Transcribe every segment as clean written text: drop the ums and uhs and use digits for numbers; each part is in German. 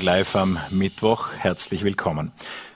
Vorarlberg Live am Mittwoch. Herzlich willkommen.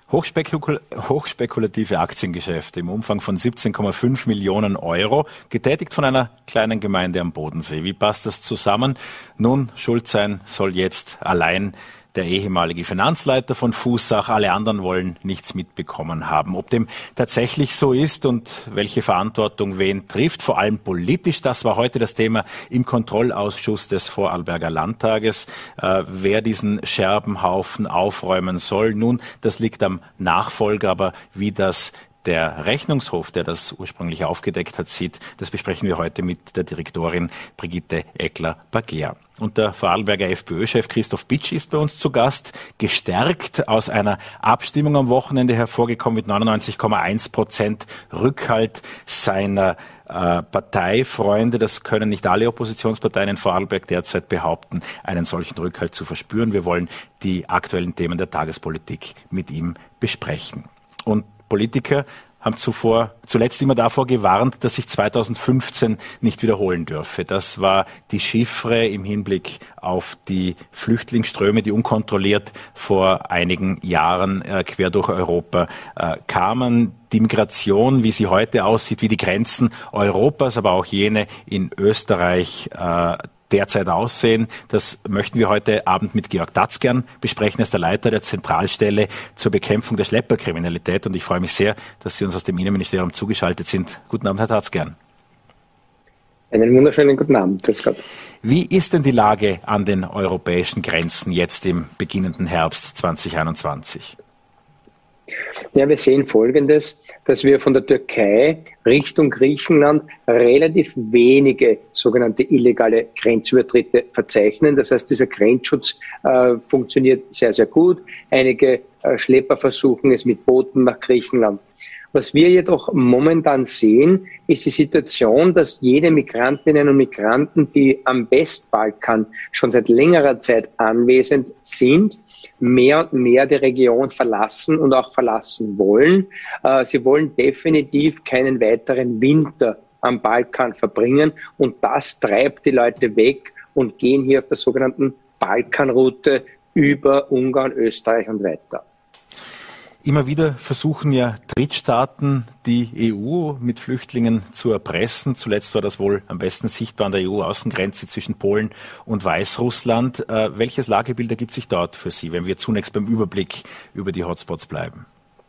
Hochspekulative Aktiengeschäfte im Umfang von 17,5 Millionen Euro, getätigt von einer kleinen Gemeinde am Bodensee. Wie passt das zusammen? Nun, schuld sein soll jetzt allein der ehemalige Finanzleiter von Fußach. Alle anderen wollen nichts mitbekommen haben. Ob dem tatsächlich so ist und welche Verantwortung wen trifft, vor allem politisch, das war heute das Thema im Kontrollausschuss des Vorarlberger Landtages. Wer diesen Scherbenhaufen aufräumen soll, nun, das liegt am Nachfolger, aber wie das der Rechnungshof, der das ursprünglich aufgedeckt hat, sieht, das besprechen wir heute mit der Direktorin Brigitte Eckler-Bagger. Und der Vorarlberger FPÖ-Chef Christoph Bitsch ist bei uns zu Gast, gestärkt aus einer Abstimmung am Wochenende hervorgekommen mit 99,1% Rückhalt seiner Parteifreunde. Das können nicht alle Oppositionsparteien in Vorarlberg derzeit behaupten, einen solchen Rückhalt zu verspüren. Wir wollen die aktuellen Themen der Tagespolitik mit ihm besprechen. Und Politiker haben zuletzt immer davor gewarnt, dass sich 2015 nicht wiederholen dürfe. Das war die Chiffre im Hinblick auf die Flüchtlingsströme, die unkontrolliert vor einigen Jahren quer durch Europa kamen. Die Migration, wie sie heute aussieht, wie die Grenzen Europas, aber auch jene in Österreich derzeit aussehen. Das möchten wir heute Abend mit Georg Datzgern besprechen. Er ist der Leiter der Zentralstelle zur Bekämpfung der Schlepperkriminalität und ich freue mich sehr, dass Sie uns aus dem Innenministerium zugeschaltet sind. Guten Abend, Herr Datzgern. Einen wunderschönen guten Abend. Grüß Gott. Wie ist denn die Lage an den europäischen Grenzen jetzt im beginnenden Herbst 2021? Ja, wir sehen Folgendes, dass wir von der Türkei Richtung Griechenland relativ wenige sogenannte illegale Grenzübertritte verzeichnen. Das heißt, dieser Grenzschutz funktioniert sehr, sehr gut. Einige Schlepper versuchen es mit Booten nach Griechenland. Was wir jedoch momentan sehen, ist die Situation, dass jede Migrantinnen und Migranten, die am Westbalkan schon seit längerer Zeit anwesend sind, mehr und mehr die Region verlassen und auch verlassen wollen. Sie wollen definitiv keinen weiteren Winter am Balkan verbringen und das treibt die Leute weg und gehen hier auf der sogenannten Balkanroute über Ungarn, Österreich und weiter. Immer wieder versuchen ja Drittstaaten, die EU mit Flüchtlingen zu erpressen. Zuletzt war das wohl am besten sichtbar an der EU-Außengrenze zwischen Polen und Weißrussland. Welches Lagebild ergibt sich dort für Sie, wenn wir zunächst beim Überblick über die Hotspots bleiben?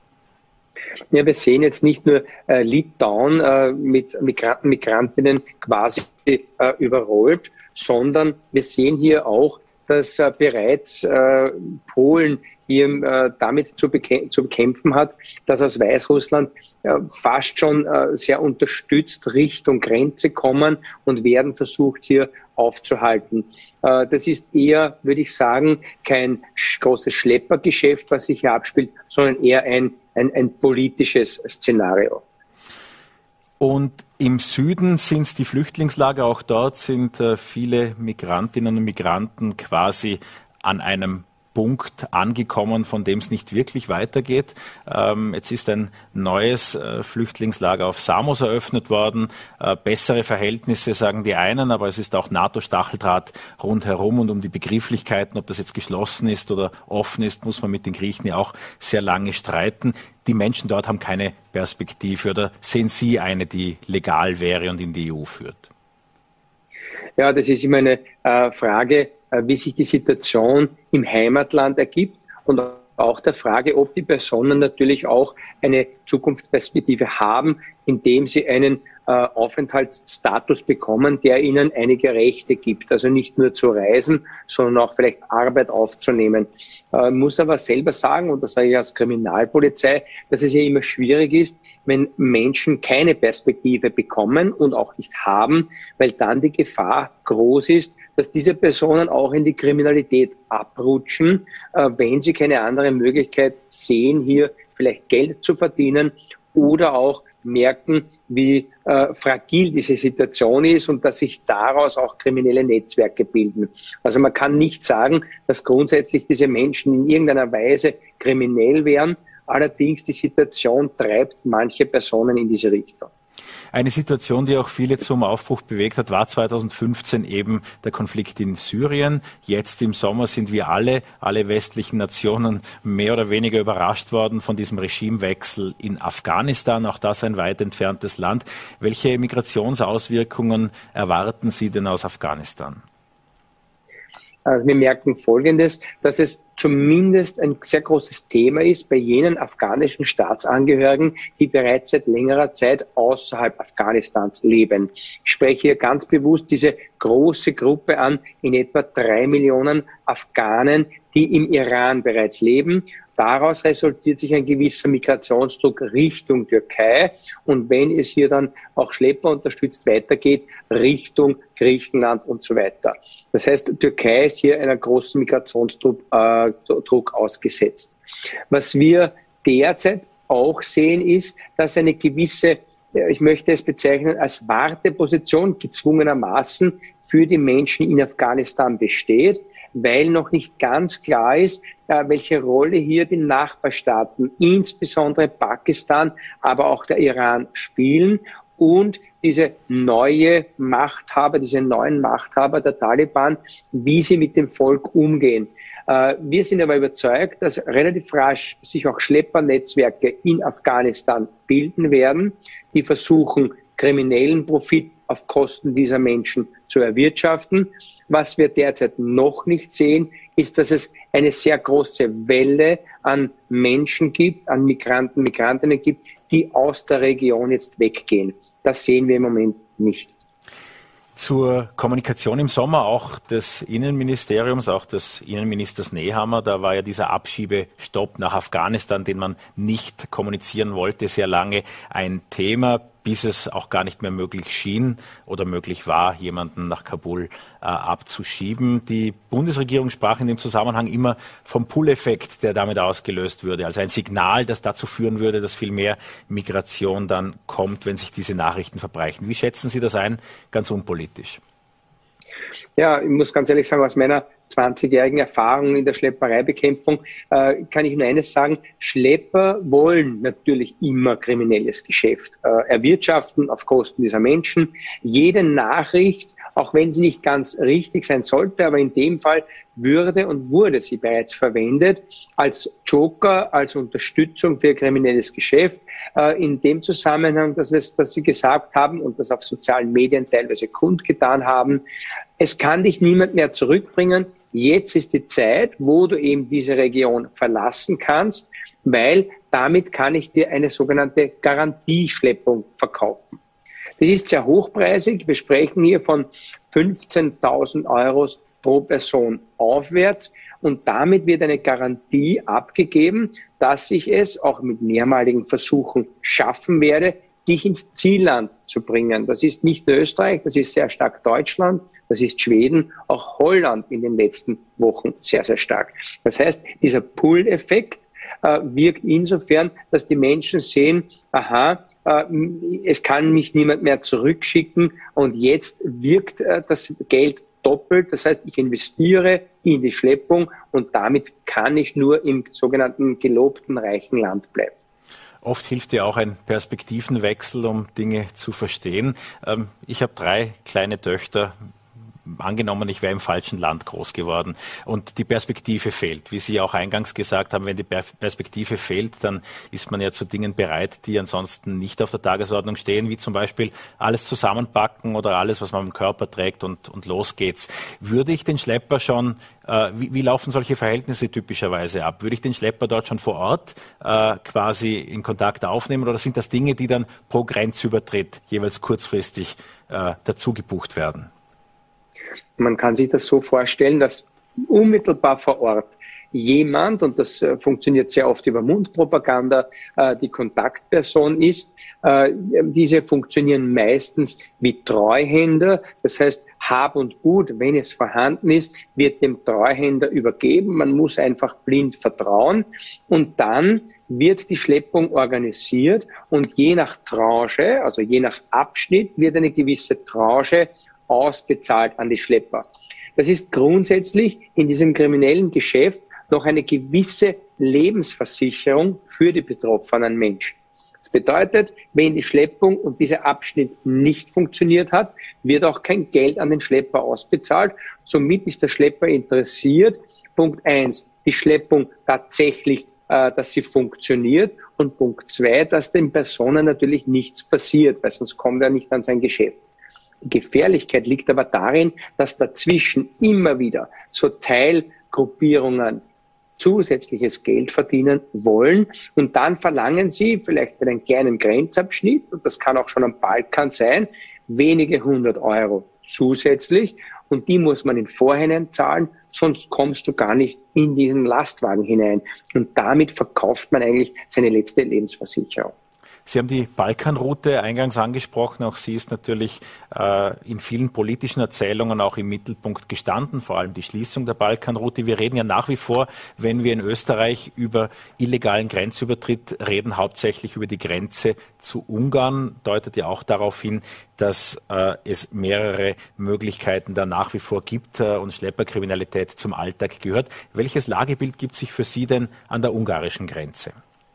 Ja, wir sehen jetzt nicht nur Litauen mit Migranten, Migrantinnen quasi überrollt, sondern wir sehen hier auch, dass bereits Polen hier damit zu bekämpfen hat, dass aus Weißrussland fast schon sehr unterstützt Richtung Grenze kommen und werden versucht hier aufzuhalten. Das ist eher, würde ich sagen, kein großes Schleppergeschäft, was sich hier abspielt, sondern eher ein politisches Szenario. Und im Süden sind es die Flüchtlingslager, auch dort sind viele Migrantinnen und Migranten quasi an einem Punkt angekommen, von dem es nicht wirklich weitergeht. Jetzt ist ein neues Flüchtlingslager auf Samos eröffnet worden. Bessere Verhältnisse, sagen die einen, aber es ist auch NATO-Stacheldraht rundherum und um die Begrifflichkeiten, ob das jetzt geschlossen ist oder offen ist, muss man mit den Griechen ja auch sehr lange streiten. Die Menschen dort haben keine Perspektive oder sehen Sie eine, die legal wäre und in die EU führt? Ja, das ist immer eine Frage, wie sich die Situation im Heimatland ergibt und auch der Frage, ob die Personen natürlich auch eine Zukunftsperspektive haben, indem sie einen Aufenthaltsstatus bekommen, der ihnen einige Rechte gibt. Also nicht nur zu reisen, sondern auch vielleicht Arbeit aufzunehmen. Muss aber selber sagen, und das sage ich als Kriminalpolizei, dass es ja immer schwierig ist, wenn Menschen keine Perspektive bekommen und auch nicht haben, weil dann die Gefahr groß ist, dass diese Personen auch in die Kriminalität abrutschen, wenn sie keine andere Möglichkeit sehen, hier vielleicht Geld zu verdienen oder auch merken, wie fragil diese Situation ist und dass sich daraus auch kriminelle Netzwerke bilden. Also man kann nicht sagen, dass grundsätzlich diese Menschen in irgendeiner Weise kriminell wären. Allerdings die Situation treibt manche Personen in diese Richtung. Eine Situation, die auch viele zum Aufbruch bewegt hat, war 2015 eben der Konflikt in Syrien. Jetzt im Sommer sind wir alle westlichen Nationen mehr oder weniger überrascht worden von diesem Regimewechsel in Afghanistan. Auch das ein weit entferntes Land. Welche Migrationsauswirkungen erwarten Sie denn aus Afghanistan? Wir merken Folgendes, dass es zumindest ein sehr großes Thema ist bei jenen afghanischen Staatsangehörigen, die bereits seit längerer Zeit außerhalb Afghanistans leben. Ich spreche hier ganz bewusst diese große Gruppe an, in etwa 3 Millionen Afghanen, die im Iran bereits leben. Daraus resultiert sich ein gewisser Migrationsdruck Richtung Türkei und wenn es hier dann auch Schlepper unterstützt weitergeht, Richtung Griechenland und so weiter. Das heißt, Türkei ist hier einer großen Migrationsdruck Druck ausgesetzt. Was wir derzeit auch sehen, ist, dass eine gewisse, ich möchte es bezeichnen als Warteposition gezwungenermaßen für die Menschen in Afghanistan besteht, weil noch nicht ganz klar ist, welche Rolle hier die Nachbarstaaten, insbesondere Pakistan, aber auch der Iran spielen und diese neuen Machthaber der Taliban, wie sie mit dem Volk umgehen. Wir sind aber überzeugt, dass relativ rasch sich auch Schleppernetzwerke in Afghanistan bilden werden, die versuchen, kriminellen Profit auf Kosten dieser Menschen zu erwirtschaften. Was wir derzeit noch nicht sehen, ist, dass es eine sehr große Welle an Menschen gibt, an Migranten, Migrantinnen gibt, die aus der Region jetzt weggehen. Das sehen wir im Moment nicht. Zur Kommunikation im Sommer auch des Innenministeriums, auch des Innenministers Nehammer, da war ja dieser Abschiebestopp nach Afghanistan, den man nicht kommunizieren wollte, sehr lange ein Thema, bis es auch gar nicht mehr möglich schien oder möglich war, jemanden nach Kabul abzuschieben. Die Bundesregierung sprach in dem Zusammenhang immer vom Pull-Effekt, der damit ausgelöst würde, also ein Signal, das dazu führen würde, dass viel mehr Migration dann kommt, wenn sich diese Nachrichten verbreiten. Wie schätzen Sie das ein, ganz unpolitisch? Ja, ich muss ganz ehrlich sagen, aus meiner 20-jährigen Erfahrung in der Schleppereibekämpfung kann ich nur eines sagen, Schlepper wollen natürlich immer kriminelles Geschäft erwirtschaften auf Kosten dieser Menschen. Jede Nachricht, auch wenn sie nicht ganz richtig sein sollte, aber in dem Fall wurde sie bereits verwendet als Joker, als Unterstützung für kriminelles Geschäft. In dem Zusammenhang, dass Sie gesagt haben und das auf sozialen Medien teilweise kundgetan haben, es kann dich niemand mehr zurückbringen. Jetzt ist die Zeit, wo du eben diese Region verlassen kannst, weil damit kann ich dir eine sogenannte Garantieschleppung verkaufen. Das ist sehr hochpreisig. Wir sprechen hier von 15.000 € pro Person aufwärts und damit wird eine Garantie abgegeben, dass ich es auch mit mehrmaligen Versuchen schaffen werde, dich ins Zielland zu bringen. Das ist nicht nur Österreich, das ist sehr stark Deutschland, das ist Schweden, auch Holland in den letzten Wochen sehr, sehr stark. Das heißt, dieser Pull-Effekt wirkt insofern, dass die Menschen sehen, es kann mich niemand mehr zurückschicken und jetzt wirkt das Geld doppelt. Das heißt, ich investiere in die Schleppung und damit kann ich nur im sogenannten gelobten reichen Land bleiben. Oft hilft ja auch ein Perspektivenwechsel, um Dinge zu verstehen. Ich habe 3 kleine Töchter. Angenommen, ich wäre im falschen Land groß geworden und die Perspektive fehlt. Wie Sie auch eingangs gesagt haben, wenn die Perspektive fehlt, dann ist man ja zu Dingen bereit, die ansonsten nicht auf der Tagesordnung stehen, wie zum Beispiel alles zusammenpacken oder alles, was man im Körper trägt und los geht's. Würde ich den Schlepper schon, wie laufen solche Verhältnisse typischerweise ab? Würde ich den Schlepper dort schon vor Ort quasi in Kontakt aufnehmen oder sind das Dinge, die dann pro Grenzübertritt jeweils kurzfristig dazu gebucht werden? Man kann sich das so vorstellen, dass unmittelbar vor Ort jemand, und das funktioniert sehr oft über Mundpropaganda, die Kontaktperson ist. Diese funktionieren meistens wie Treuhänder. Das heißt, Hab und Gut, wenn es vorhanden ist, wird dem Treuhänder übergeben. Man muss einfach blind vertrauen. Und dann wird die Schleppung organisiert und je nach Tranche, also je nach Abschnitt, wird eine gewisse Tranche ausbezahlt an die Schlepper. Das ist grundsätzlich in diesem kriminellen Geschäft noch eine gewisse Lebensversicherung für die betroffenen Menschen. Das bedeutet, wenn die Schleppung und dieser Abschnitt nicht funktioniert hat, wird auch kein Geld an den Schlepper ausbezahlt. Somit ist der Schlepper interessiert, Punkt 1, die Schleppung tatsächlich, dass sie funktioniert, und Punkt 2, dass den Personen natürlich nichts passiert, weil sonst kommt er nicht an sein Geschäft. Die Gefährlichkeit liegt aber darin, dass dazwischen immer wieder so Teilgruppierungen zusätzliches Geld verdienen wollen, und dann verlangen sie vielleicht einen kleinen Grenzabschnitt, und das kann auch schon am Balkan sein, wenige 100 Euro zusätzlich, und die muss man im Vorhinein zahlen, sonst kommst du gar nicht in diesen Lastwagen hinein, und damit verkauft man eigentlich seine letzte Lebensversicherung. Sie haben die Balkanroute eingangs angesprochen. Auch sie ist natürlich in vielen politischen Erzählungen auch im Mittelpunkt gestanden, vor allem die Schließung der Balkanroute. Wir reden ja nach wie vor, wenn wir in Österreich über illegalen Grenzübertritt reden, hauptsächlich über die Grenze zu Ungarn. Deutet ja auch darauf hin, dass es mehrere Möglichkeiten da nach wie vor gibt und Schlepperkriminalität zum Alltag gehört. Welches Lagebild gibt sich für Sie denn an der ungarischen Grenze?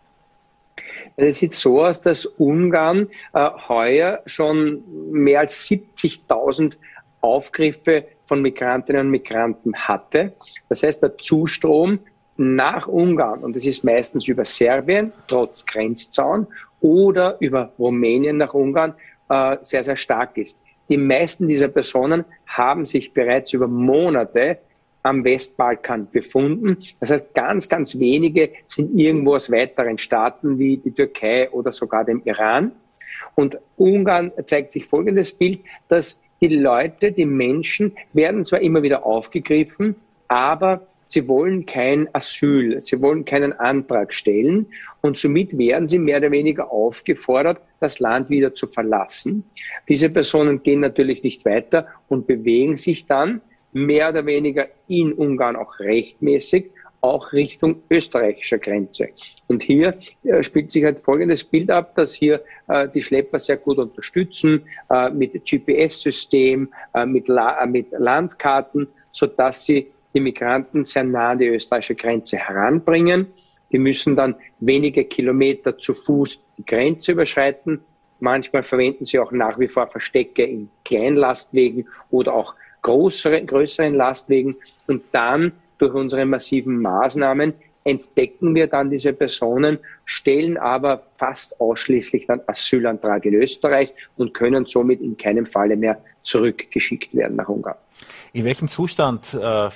Es sieht so aus, dass Ungarn heuer schon mehr als 70.000 Aufgriffe von Migrantinnen und Migranten hatte. Das heißt, der Zustrom nach Ungarn, und das ist meistens über Serbien, trotz Grenzzaun, oder über Rumänien nach Ungarn, sehr, sehr stark ist. Die meisten dieser Personen haben sich bereits über Monate am Westbalkan befunden. Das heißt, ganz, ganz wenige sind irgendwo aus weiteren Staaten wie die Türkei oder sogar dem Iran. Und Ungarn zeigt sich folgendes Bild, dass die Leute, die Menschen werden zwar immer wieder aufgegriffen, aber sie wollen kein Asyl, sie wollen keinen Antrag stellen, und somit werden sie mehr oder weniger aufgefordert, das Land wieder zu verlassen. Diese Personen gehen natürlich nicht weiter und bewegen sich dann mehr oder weniger in Ungarn auch rechtmäßig, auch Richtung österreichischer Grenze. Und hier spielt sich halt folgendes Bild ab, dass hier die Schlepper sehr gut unterstützen, mit GPS-System, mit Landkarten, sodass sie die Migranten sehr nah an die österreichische Grenze heranbringen. Die müssen dann wenige Kilometer zu Fuß die Grenze überschreiten. Manchmal verwenden sie auch nach wie vor Verstecke in Kleinlastwegen oder auch größeren Lastwegen, und dann durch unsere massiven Maßnahmen entdecken wir dann diese Personen, stellen aber fast ausschließlich dann Asylantrag in Österreich und können somit in keinem Falle mehr zurückgeschickt werden nach Ungarn. In welchem Zustand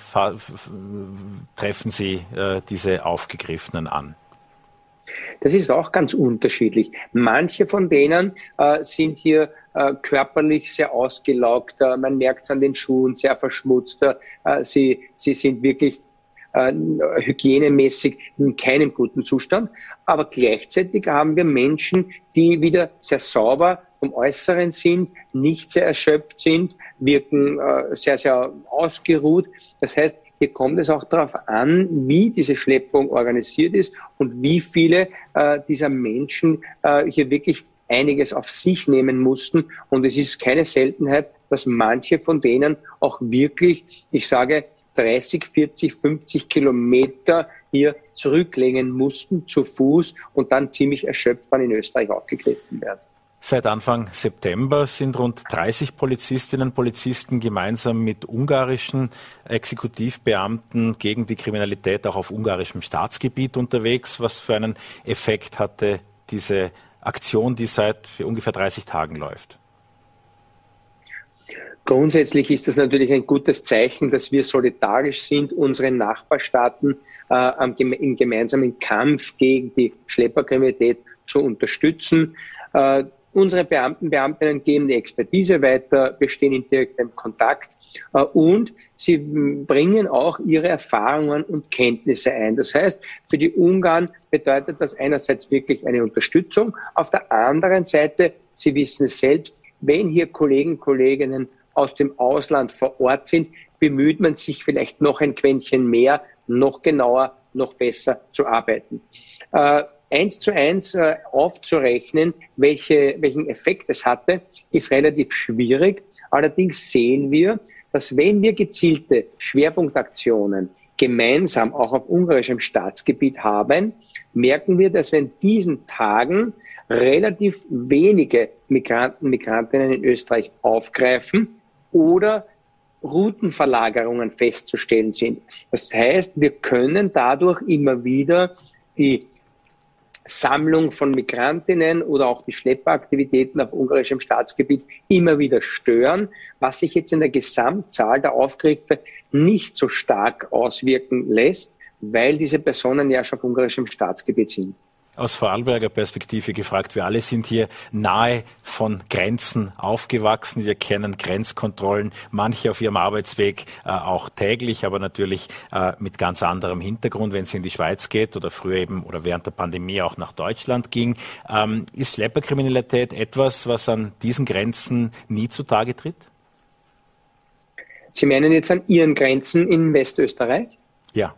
treffen Sie diese Aufgegriffenen an? Das ist auch ganz unterschiedlich. Manche von denen sind hier körperlich sehr ausgelaugt. Man merkt es an den Schuhen, sehr verschmutzt. Sie sind wirklich hygienemäßig in keinem guten Zustand. Aber gleichzeitig haben wir Menschen, die wieder sehr sauber vom Äußeren sind, nicht sehr erschöpft sind, wirken sehr, sehr ausgeruht. Das heißt, hier kommt es auch darauf an, wie diese Schleppung organisiert ist und wie viele dieser Menschen hier wirklich einiges auf sich nehmen mussten. Und es ist keine Seltenheit, dass manche von denen auch wirklich, ich sage, 30, 40, 50 Kilometer hier zurücklegen mussten zu Fuß und dann ziemlich erschöpft dann in Österreich aufgegriffen werden. Seit Anfang September sind rund 30 Polizistinnen und Polizisten gemeinsam mit ungarischen Exekutivbeamten gegen die Kriminalität auch auf ungarischem Staatsgebiet unterwegs. Was für einen Effekt hatte diese Aktion, die seit ungefähr 30 Tagen läuft? Grundsätzlich ist es natürlich ein gutes Zeichen, dass wir solidarisch sind, unseren Nachbarstaaten im gemeinsamen Kampf gegen die Schlepperkriminalität zu unterstützen. Unsere Beamtinnen geben die Expertise weiter, wir stehen in direktem Kontakt und sie bringen auch ihre Erfahrungen und Kenntnisse ein. Das heißt, für die Ungarn bedeutet das einerseits wirklich eine Unterstützung. Auf der anderen Seite, sie wissen es selbst, wenn hier Kolleginnen aus dem Ausland vor Ort sind, bemüht man sich vielleicht noch ein Quäntchen mehr, noch genauer, noch besser zu arbeiten. 1:1 aufzurechnen, welchen Effekt es hatte, ist relativ schwierig. Allerdings sehen wir, dass wenn wir gezielte Schwerpunktaktionen gemeinsam auch auf ungarischem Staatsgebiet haben, merken wir, dass wir in diesen Tagen relativ wenige Migranten, Migrantinnen in Österreich aufgreifen oder Routenverlagerungen festzustellen sind. Das heißt, wir können dadurch immer wieder die Sammlung von Migrantinnen oder auch die Schlepperaktivitäten auf ungarischem Staatsgebiet immer wieder stören, was sich jetzt in der Gesamtzahl der Aufgriffe nicht so stark auswirken lässt, weil diese Personen ja schon auf ungarischem Staatsgebiet sind. Aus Vorarlberger Perspektive gefragt, wir alle sind hier nahe von Grenzen aufgewachsen. Wir kennen Grenzkontrollen, manche auf ihrem Arbeitsweg auch täglich, aber natürlich mit ganz anderem Hintergrund, wenn es in die Schweiz geht oder früher eben oder während der Pandemie auch nach Deutschland ging. Ist Schlepperkriminalität etwas, was an diesen Grenzen nie zutage tritt? Sie meinen jetzt an Ihren Grenzen in Westösterreich? Ja.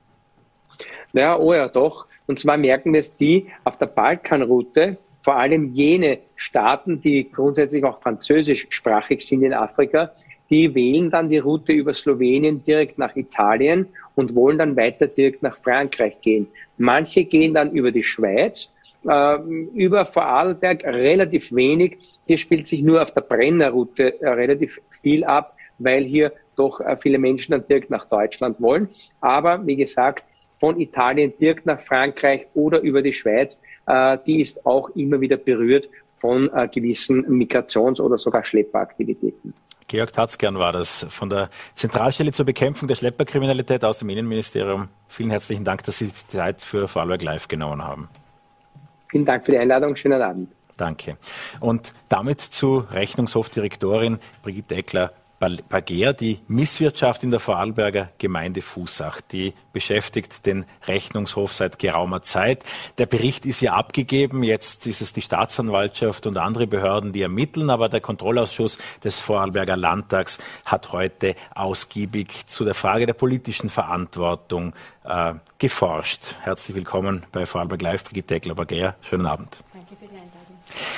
Ja, oh ja, doch. Und zwar merken wir es die auf der Balkanroute, vor allem jene Staaten, die grundsätzlich auch französischsprachig sind in Afrika, die wählen dann die Route über Slowenien direkt nach Italien und wollen dann weiter direkt nach Frankreich gehen. Manche gehen dann über die Schweiz, über Vorarlberg relativ wenig. Hier spielt sich nur auf der Brennerroute relativ viel ab, weil hier doch viele Menschen dann direkt nach Deutschland wollen. Aber wie gesagt, von Italien direkt nach Frankreich oder über die Schweiz, die ist auch immer wieder berührt von gewissen Migrations- oder sogar Schlepperaktivitäten. Georg Tatzkern war das von der Zentralstelle zur Bekämpfung der Schlepperkriminalität aus dem Innenministerium. Vielen herzlichen Dank, dass Sie die Zeit für Vorarlberg Live genommen haben. Vielen Dank für die Einladung. Schönen Abend. Danke. Und damit zu Rechnungshofdirektorin Brigitte Eckler-Pager. Die Misswirtschaft in der Vorarlberger Gemeinde Fußach, die beschäftigt den Rechnungshof seit geraumer Zeit. Der Bericht ist ja abgegeben, jetzt ist es die Staatsanwaltschaft und andere Behörden, die ermitteln, aber der Kontrollausschuss des Vorarlberger Landtags hat heute ausgiebig zu der Frage der politischen Verantwortung geforscht. Herzlich willkommen bei Vorarlberg Live, Brigitte Eckler-Pager. Schönen Abend. Danke für die Einladung.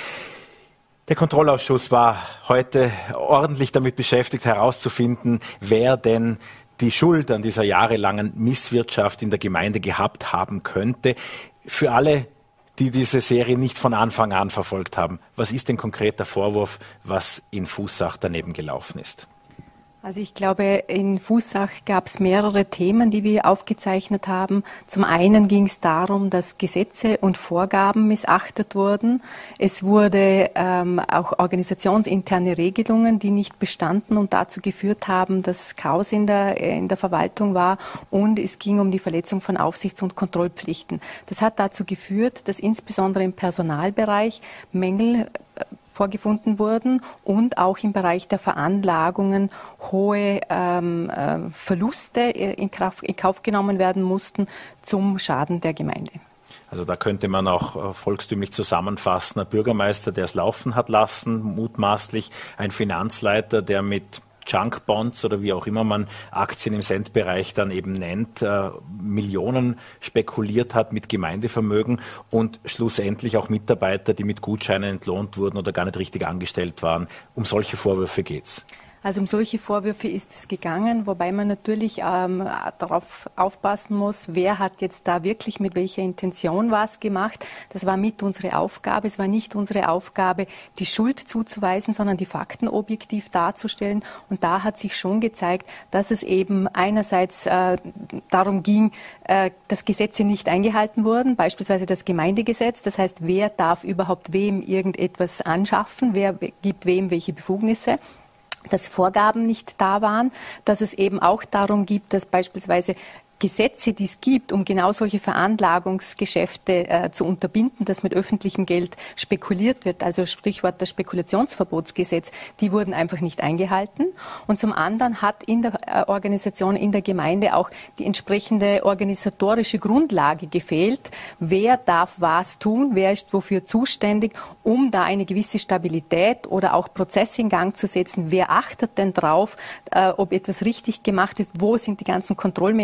Der Kontrollausschuss war heute ordentlich damit beschäftigt, herauszufinden, wer denn die Schuld an dieser jahrelangen Misswirtschaft in der Gemeinde gehabt haben könnte. Für alle, die diese Serie nicht von Anfang an verfolgt haben, was ist denn konkret der Vorwurf, was in Fußach daneben gelaufen ist? Also ich glaube, in Fußach gab es mehrere Themen, die wir aufgezeichnet haben. Zum einen ging es darum, dass Gesetze und Vorgaben missachtet wurden. Es wurde auch organisationsinterne Regelungen, die nicht bestanden und dazu geführt haben, dass Chaos in der Verwaltung war. Und es ging um die Verletzung von Aufsichts- und Kontrollpflichten. Das hat dazu geführt, dass insbesondere im Personalbereich Mängel vorgefunden wurden und auch im Bereich der Veranlagungen hohe Verluste in Kauf genommen werden mussten zum Schaden der Gemeinde. Also da könnte man auch volkstümlich zusammenfassen, ein Bürgermeister, der es laufen hat lassen, mutmaßlich ein Finanzleiter, der mit Junk-Bonds oder wie auch immer man Aktien im Centbereich dann eben nennt, Millionen spekuliert hat mit Gemeindevermögen und schlussendlich auch Mitarbeiter, die mit Gutscheinen entlohnt wurden oder gar nicht richtig angestellt waren. Um solche Vorwürfe geht's. Also um solche Vorwürfe ist es gegangen, wobei man natürlich darauf aufpassen muss, wer hat jetzt da wirklich mit welcher Intention was gemacht. Das war mit unsere Aufgabe. Es war nicht unsere Aufgabe, die Schuld zuzuweisen, sondern die Fakten objektiv darzustellen. Und da hat sich schon gezeigt, dass es eben einerseits darum ging, dass Gesetze nicht eingehalten wurden, beispielsweise das Gemeindegesetz. Das heißt, wer darf überhaupt wem irgendetwas anschaffen, wer gibt wem welche Befugnisse. Dass Vorgaben nicht da waren, dass es eben auch darum geht, dass beispielsweise Gesetze, die es gibt, um genau solche Veranlagungsgeschäfte zu unterbinden, dass mit öffentlichem Geld spekuliert wird, also Sprichwort das Spekulationsverbotsgesetz, die wurden einfach nicht eingehalten. Und zum anderen hat in der Organisation, in der Gemeinde auch die entsprechende organisatorische Grundlage gefehlt. Wer darf was tun, wer ist wofür zuständig, um da eine gewisse Stabilität oder auch Prozesse in Gang zu setzen. Wer achtet denn drauf, ob etwas richtig gemacht ist, wo sind die ganzen Kontrollmechanismen?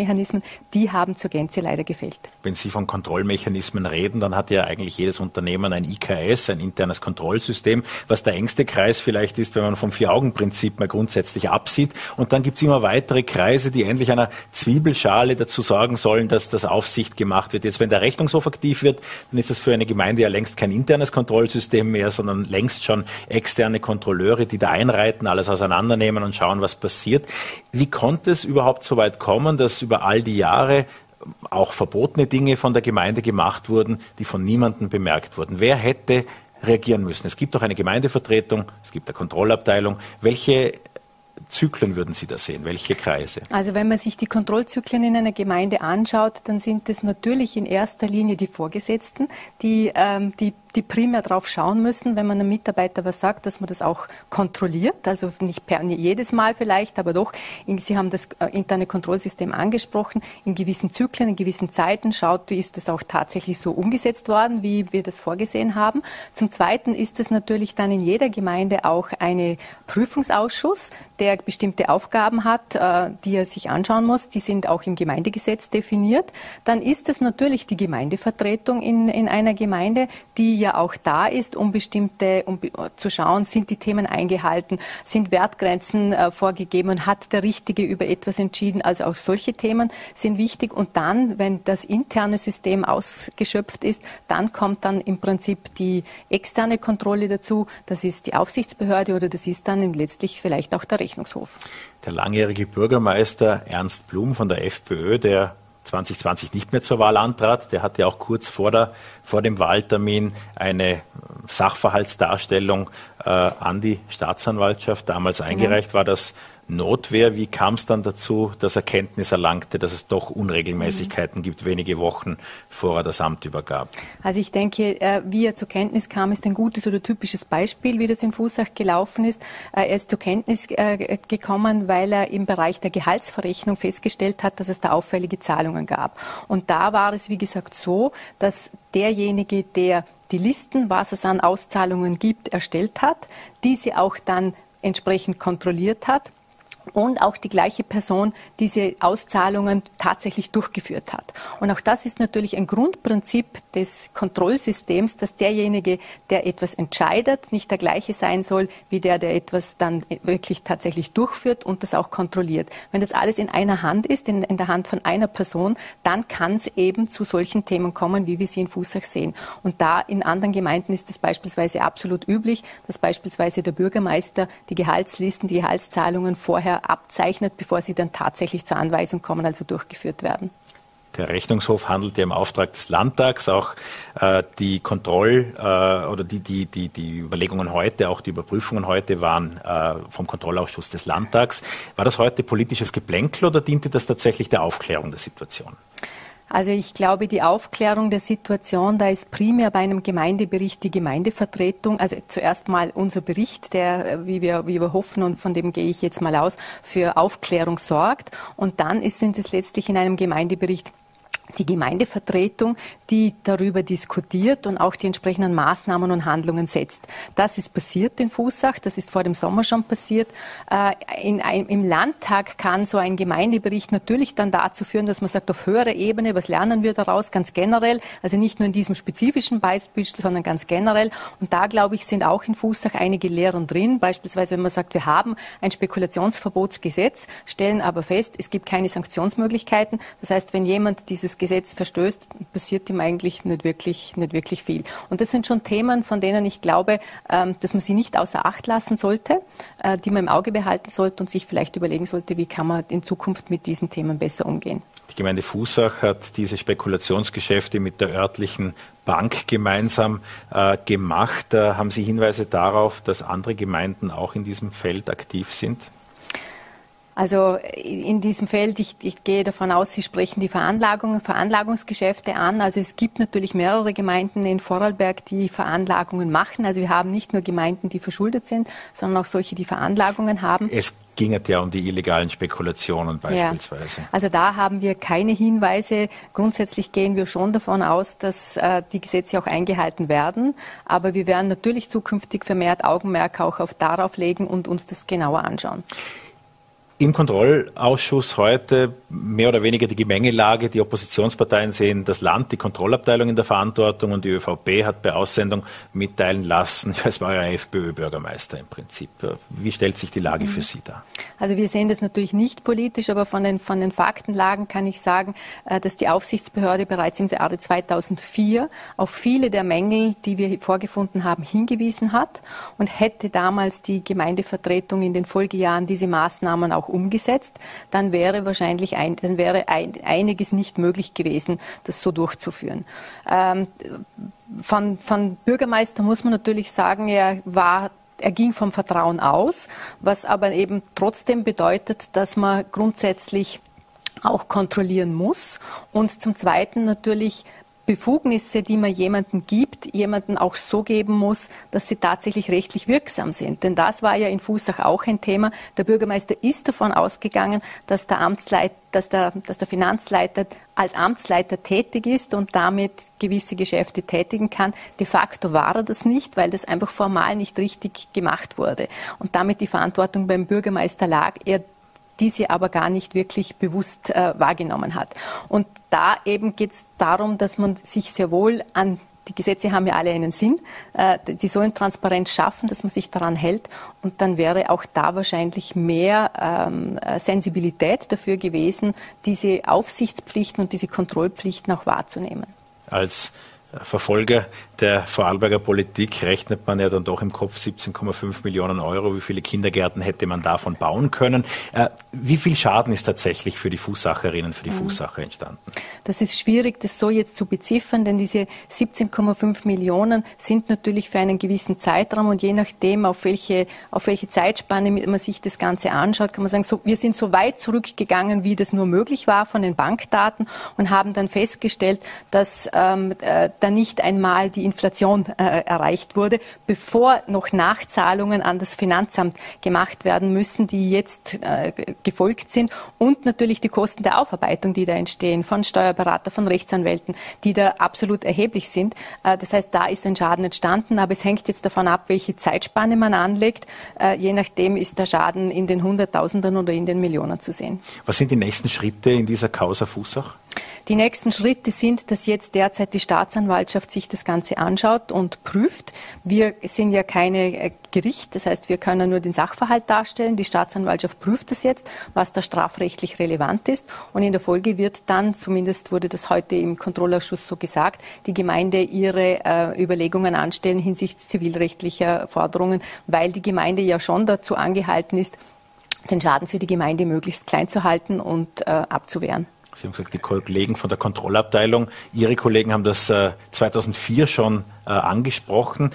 die haben zur Gänze leider gefehlt. Wenn Sie von Kontrollmechanismen reden, dann hat ja eigentlich jedes Unternehmen ein IKS, ein internes Kontrollsystem, was der engste Kreis vielleicht ist, wenn man vom Vier-Augen-Prinzip mal grundsätzlich absieht. Und dann gibt es immer weitere Kreise, die endlich einer Zwiebelschale dazu sorgen sollen, dass das Aufsicht gemacht wird. Jetzt, wenn der Rechnungshof aktiv wird, dann ist das für eine Gemeinde ja längst kein internes Kontrollsystem mehr, sondern längst schon externe Kontrolleure, die da einreiten, alles auseinandernehmen und schauen, was passiert. Wie konnte es überhaupt so weit kommen, dass über all die Jahre auch verbotene Dinge von der Gemeinde gemacht wurden, die von niemandem bemerkt wurden? Wer hätte reagieren müssen? Es gibt doch eine Gemeindevertretung, es gibt eine Kontrollabteilung. Welche Zyklen würden Sie da sehen? Welche Kreise? Also wenn man sich die Kontrollzyklen in einer Gemeinde anschaut, dann sind es natürlich in erster Linie die Vorgesetzten, die primär drauf schauen müssen, wenn man einem Mitarbeiter was sagt, dass man das auch kontrolliert. Also nicht jedes Mal vielleicht, aber doch. Sie haben das interne Kontrollsystem angesprochen. In gewissen Zyklen, in gewissen Zeiten schaut, wie ist das auch tatsächlich so umgesetzt worden, wie wir das vorgesehen haben. Zum Zweiten ist es natürlich dann in jeder Gemeinde auch ein Prüfungsausschuss, der bestimmte Aufgaben hat, die er sich anschauen muss. Die sind auch im Gemeindegesetz definiert. Dann ist es natürlich die Gemeindevertretung in einer Gemeinde, die ja auch da ist, um zu schauen, sind die Themen eingehalten, sind Wertgrenzen vorgegeben und hat der Richtige über etwas entschieden. Also auch solche Themen sind wichtig. Und dann, wenn das interne System ausgeschöpft ist, dann kommt dann im Prinzip die externe Kontrolle dazu. Das ist die Aufsichtsbehörde oder das ist dann letztlich vielleicht auch der Rechnungshof. Der langjährige Bürgermeister Ernst Blum von der FPÖ, der 2020 nicht mehr zur Wahl antrat, der hatte auch kurz vor dem Wahltermin eine Sachverhaltsdarstellung an die Staatsanwaltschaft damals eingereicht. War das Notwehr? Wie kam es dann dazu, dass er Kenntnis erlangte, dass es doch Unregelmäßigkeiten gibt, wenige Wochen vor er das Amt übergab? Also ich denke, wie er zur Kenntnis kam, ist ein gutes oder typisches Beispiel, wie das in Fußach gelaufen ist. Er ist zur Kenntnis gekommen, weil er im Bereich der Gehaltsverrechnung festgestellt hat, dass es da auffällige Zahlungen gab. Und da war es, wie gesagt, so, dass derjenige, der die Listen, was es an Auszahlungen gibt, erstellt hat, diese auch dann entsprechend kontrolliert hat. Und auch die gleiche Person diese Auszahlungen tatsächlich durchgeführt hat. Und auch das ist natürlich ein Grundprinzip des Kontrollsystems, dass derjenige, der etwas entscheidet, nicht der gleiche sein soll, wie der etwas dann wirklich tatsächlich durchführt und das auch kontrolliert. Wenn das alles in einer Hand ist, in der Hand von einer Person, dann kann es eben zu solchen Themen kommen, wie wir sie in Fußach sehen. Und da in anderen Gemeinden ist es beispielsweise absolut üblich, dass beispielsweise der Bürgermeister die Gehaltslisten, die Gehaltszahlungen vorher abzeichnet, bevor sie dann tatsächlich zur Anweisung kommen, also durchgeführt werden. Der Rechnungshof handelt ja im Auftrag des Landtags. Auch die die Überlegungen heute, auch die Überprüfungen heute waren vom Kontrollausschuss des Landtags. War das heute politisches Geplänkel oder diente das tatsächlich der Aufklärung der Situation? Also ich glaube, die Aufklärung der Situation, da ist primär bei einem Gemeindebericht die Gemeindevertretung, also zuerst mal unser Bericht, der, wie wir hoffen, und von dem gehe ich jetzt mal aus, für Aufklärung sorgt. Und dann sind es letztlich in einem Gemeindebericht die Gemeindevertretung, die darüber diskutiert und auch die entsprechenden Maßnahmen und Handlungen setzt. Das ist passiert in Fußach, das ist vor dem Sommer schon passiert. Im Landtag kann so ein Gemeindebericht natürlich dann dazu führen, dass man sagt, auf höherer Ebene, was lernen wir daraus ganz generell, also nicht nur in diesem spezifischen Beispiel, sondern ganz generell. Und da, glaube ich, sind auch in Fußach einige Lehren drin. Beispielsweise, wenn man sagt, wir haben ein Spekulationsverbotsgesetz, stellen aber fest, es gibt keine Sanktionsmöglichkeiten. Das heißt, wenn jemand dieses Gesetz verstößt, passiert ihm eigentlich nicht wirklich viel. Und das sind schon Themen, von denen ich glaube, dass man sie nicht außer Acht lassen sollte, die man im Auge behalten sollte und sich vielleicht überlegen sollte, wie kann man in Zukunft mit diesen Themen besser umgehen. Die Gemeinde Fußach hat diese Spekulationsgeschäfte mit der örtlichen Bank gemeinsam gemacht. Haben Sie Hinweise darauf, dass andere Gemeinden auch in diesem Feld aktiv sind? Also in diesem Feld, ich gehe davon aus, Sie sprechen die Veranlagungsgeschäfte an. Also es gibt natürlich mehrere Gemeinden in Vorarlberg, die Veranlagungen machen. Also wir haben nicht nur Gemeinden, die verschuldet sind, sondern auch solche, die Veranlagungen haben. Es ging ja um die illegalen Spekulationen beispielsweise. Ja. Also da haben wir keine Hinweise. Grundsätzlich gehen wir schon davon aus, dass die Gesetze auch eingehalten werden. Aber wir werden natürlich zukünftig vermehrt Augenmerk auch darauf legen und uns das genauer anschauen. Im Kontrollausschuss heute mehr oder weniger die Gemengelage. Die Oppositionsparteien sehen das Land, die Kontrollabteilung in der Verantwortung und die ÖVP hat bei Aussendung mitteilen lassen, ja, es war ja FPÖ-Bürgermeister im Prinzip. Wie stellt sich die Lage für Sie dar? Also wir sehen das natürlich nicht politisch, aber von den Faktenlagen kann ich sagen, dass die Aufsichtsbehörde bereits im Jahre 2004 auf viele der Mängel, die wir vorgefunden haben, hingewiesen hat und hätte damals die Gemeindevertretung in den Folgejahren diese Maßnahmen auch umgesetzt, dann wäre wahrscheinlich einiges nicht möglich gewesen, das so durchzuführen. Von Bürgermeister muss man natürlich sagen, er ging vom Vertrauen aus, was aber eben trotzdem bedeutet, dass man grundsätzlich auch kontrollieren muss und zum Zweiten natürlich Befugnisse, die man jemandem gibt, jemandem auch so geben muss, dass sie tatsächlich rechtlich wirksam sind. Denn das war ja in Fußach auch ein Thema. Der Bürgermeister ist davon ausgegangen, dass der Finanzleiter als Amtsleiter tätig ist und damit gewisse Geschäfte tätigen kann. De facto war er das nicht, weil das einfach formal nicht richtig gemacht wurde. Und damit die Verantwortung beim Bürgermeister lag, er diese aber gar nicht wirklich bewusst wahrgenommen hat. Und da eben geht es darum, dass man sich sehr wohl die Gesetze haben ja alle einen Sinn, die sollen Transparenz schaffen, dass man sich daran hält und dann wäre auch da wahrscheinlich mehr Sensibilität dafür gewesen, diese Aufsichtspflichten und diese Kontrollpflichten auch wahrzunehmen. Als Verfolger der Vorarlberger Politik rechnet man ja dann doch im Kopf 17,5 Millionen Euro. Wie viele Kindergärten hätte man davon bauen können? Wie viel Schaden ist tatsächlich für die Fußacherinnen, für die Fußacher entstanden? Das ist schwierig, das so jetzt zu beziffern, denn diese 17,5 Millionen sind natürlich für einen gewissen Zeitraum und je nachdem, auf welche Zeitspanne man sich das Ganze anschaut, kann man sagen, wir sind so weit zurückgegangen, wie das nur möglich war von den Bankdaten und haben dann festgestellt, dass da nicht einmal die Inflation erreicht wurde, bevor noch Nachzahlungen an das Finanzamt gemacht werden müssen, die jetzt gefolgt sind und natürlich die Kosten der Aufarbeitung, die da entstehen, von Steuerberater, von Rechtsanwälten, die da absolut erheblich sind. Das heißt, da ist ein Schaden entstanden, aber es hängt jetzt davon ab, welche Zeitspanne man anlegt. Je nachdem ist der Schaden in den Hunderttausenden oder in den Millionen zu sehen. Was sind die nächsten Schritte in dieser Causa Fußach? Die nächsten Schritte sind, dass jetzt derzeit die Staatsanwaltschaft sich das Ganze anschaut und prüft. Wir sind ja keine Gericht, das heißt, wir können nur den Sachverhalt darstellen. Die Staatsanwaltschaft prüft das jetzt, was da strafrechtlich relevant ist. Und in der Folge wird dann, zumindest wurde das heute im Kontrollausschuss so gesagt, die Gemeinde ihre Überlegungen anstellen hinsichtlich zivilrechtlicher Forderungen, weil die Gemeinde ja schon dazu angehalten ist, den Schaden für die Gemeinde möglichst klein zu halten und abzuwehren. Sie haben gesagt, die Kollegen von der Kontrollabteilung, Ihre Kollegen haben das 2004 schon angesprochen.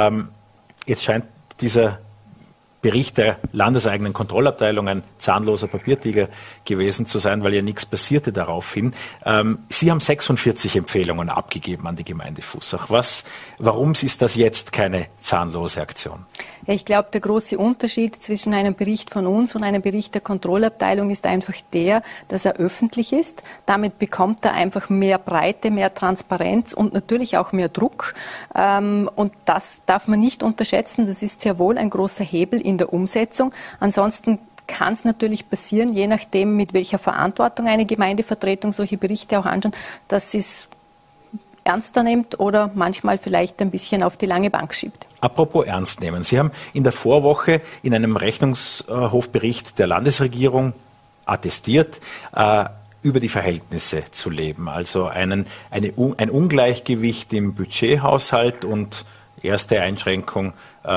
Jetzt scheint dieser Bericht der landeseigenen Kontrollabteilung ein zahnloser Papiertiger gewesen zu sein, weil ja nichts passierte daraufhin. Sie haben 46 Empfehlungen abgegeben an die Gemeinde Fußach. Warum ist das jetzt keine zahnlose Aktion? Ja, ich glaube, der große Unterschied zwischen einem Bericht von uns und einem Bericht der Kontrollabteilung ist einfach der, dass er öffentlich ist. Damit bekommt er einfach mehr Breite, mehr Transparenz und natürlich auch mehr Druck. Und das darf man nicht unterschätzen. Das ist sehr wohl ein großer Hebel in der Umsetzung. Ansonsten kann es natürlich passieren, je nachdem, mit welcher Verantwortung eine Gemeindevertretung solche Berichte auch anschaut, dass sie es ernster nimmt oder manchmal vielleicht ein bisschen auf die lange Bank schiebt. Apropos ernst nehmen. Sie haben in der Vorwoche in einem Rechnungshofbericht der Landesregierung attestiert, über die Verhältnisse zu leben. Also ein Ungleichgewicht im Budgethaushalt und erste Einschränkung,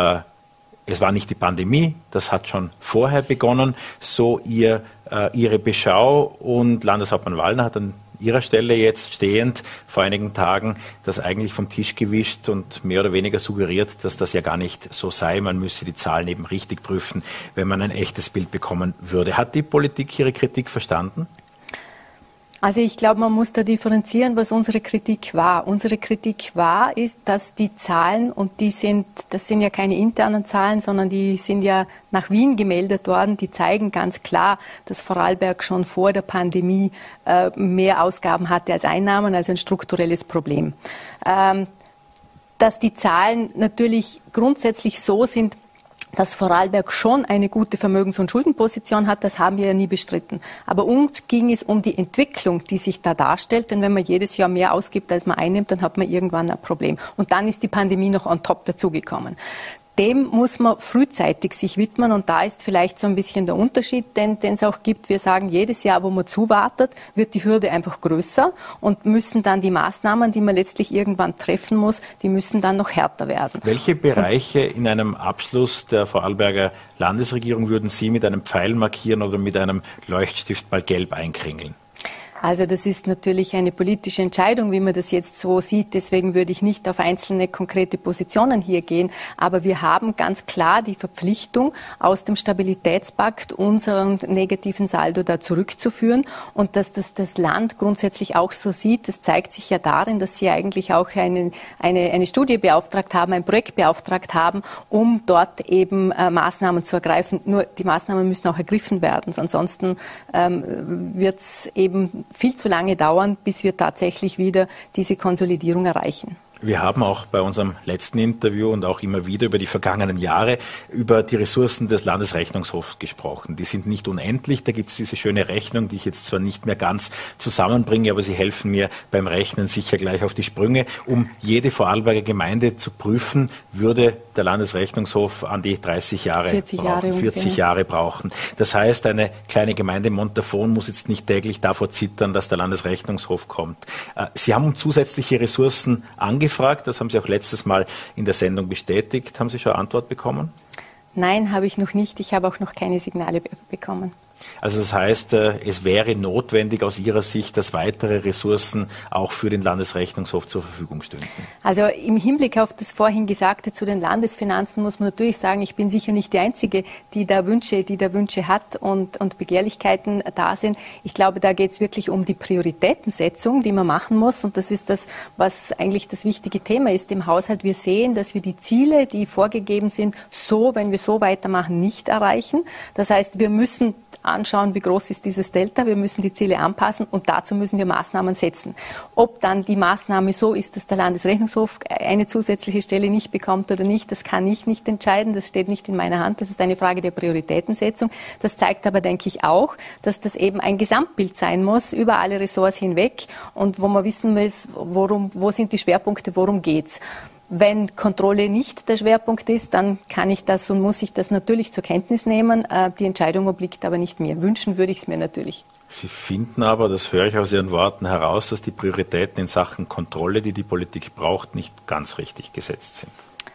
es war nicht die Pandemie, das hat schon vorher begonnen, so Ihre Beschau und Landeshauptmann Wallner hat an Ihrer Stelle jetzt stehend vor einigen Tagen das eigentlich vom Tisch gewischt und mehr oder weniger suggeriert, dass das ja gar nicht so sei. Man müsse die Zahlen eben richtig prüfen, wenn man ein echtes Bild bekommen würde. Hat die Politik Ihre Kritik verstanden? Also ich glaube, man muss da differenzieren, was unsere Kritik war. Unsere Kritik ist, dass die Zahlen, und das sind ja keine internen Zahlen, sondern die sind ja nach Wien gemeldet worden, die zeigen ganz klar, dass Vorarlberg schon vor der Pandemie mehr Ausgaben hatte als Einnahmen, also ein strukturelles Problem. Dass die Zahlen natürlich grundsätzlich so sind, dass Vorarlberg schon eine gute Vermögens- und Schuldenposition hat, das haben wir ja nie bestritten. Aber uns ging es um die Entwicklung, die sich da darstellt. Denn wenn man jedes Jahr mehr ausgibt, als man einnimmt, dann hat man irgendwann ein Problem. Und dann ist die Pandemie noch on top dazugekommen. Dem muss man frühzeitig sich widmen und da ist vielleicht so ein bisschen der Unterschied, den es auch gibt. Wir sagen, jedes Jahr, wo man zuwartet, wird die Hürde einfach größer und müssen dann die Maßnahmen, die man letztlich irgendwann treffen muss, die müssen dann noch härter werden. Welche Bereiche in einem Abschluss der Vorarlberger Landesregierung würden Sie mit einem Pfeil markieren oder mit einem Leuchtstift mal gelb einkringeln? Also das ist natürlich eine politische Entscheidung, wie man das jetzt so sieht. Deswegen würde ich nicht auf einzelne konkrete Positionen hier gehen. Aber wir haben ganz klar die Verpflichtung, aus dem Stabilitätspakt unseren negativen Saldo da zurückzuführen. Und dass das Land grundsätzlich auch so sieht, das zeigt sich ja darin, dass Sie eigentlich auch eine Studie beauftragt haben, ein Projekt beauftragt haben, um dort eben Maßnahmen zu ergreifen. Nur die Maßnahmen müssen auch ergriffen werden. Ansonsten wird es eben viel zu lange dauern, bis wir tatsächlich wieder diese Konsolidierung erreichen. Wir haben auch bei unserem letzten Interview und auch immer wieder über die vergangenen Jahre über die Ressourcen des Landesrechnungshofs gesprochen. Die sind nicht unendlich. Da gibt es diese schöne Rechnung, die ich jetzt zwar nicht mehr ganz zusammenbringe, aber Sie helfen mir beim Rechnen sicher gleich auf die Sprünge. Um jede Vorarlberger Gemeinde zu prüfen, würde der Landesrechnungshof an die 30 Jahre 40 Jahre brauchen. Das heißt, eine kleine Gemeinde Montafon muss jetzt nicht täglich davor zittern, dass der Landesrechnungshof kommt. Sie haben um zusätzliche Ressourcen angefragt. Das haben Sie auch letztes Mal in der Sendung bestätigt. Haben Sie schon Antwort bekommen? Nein, habe ich noch nicht. Ich habe auch noch keine Signale bekommen. Also das heißt, es wäre notwendig aus Ihrer Sicht, dass weitere Ressourcen auch für den Landesrechnungshof zur Verfügung stünden? Also im Hinblick auf das vorhin Gesagte zu den Landesfinanzen muss man natürlich sagen, ich bin sicher nicht die Einzige, die da Wünsche hat und Begehrlichkeiten da sind. Ich glaube, da geht es wirklich um die Prioritätensetzung, die man machen muss. Und das ist das, was eigentlich das wichtige Thema ist im Haushalt. Wir sehen, dass wir die Ziele, die vorgegeben sind, wenn wir so weitermachen, nicht erreichen. Das heißt, wir müssen anschauen, wie groß ist dieses Delta. Wir müssen die Ziele anpassen und dazu müssen wir Maßnahmen setzen. Ob dann die Maßnahme so ist, dass der Landesrechnungshof eine zusätzliche Stelle nicht bekommt oder nicht, das kann ich nicht entscheiden. Das steht nicht in meiner Hand. Das ist eine Frage der Prioritätensetzung. Das zeigt aber, denke ich, auch, dass das eben ein Gesamtbild sein muss, über alle Ressorts hinweg und wo man wissen muss, wo sind die Schwerpunkte, worum geht's. Wenn Kontrolle nicht der Schwerpunkt ist, dann kann ich das und muss ich das natürlich zur Kenntnis nehmen. Die Entscheidung obliegt aber nicht mir. Wünschen würde ich es mir natürlich. Sie finden aber, das höre ich aus Ihren Worten heraus, dass die Prioritäten in Sachen Kontrolle, die die Politik braucht, nicht ganz richtig gesetzt sind.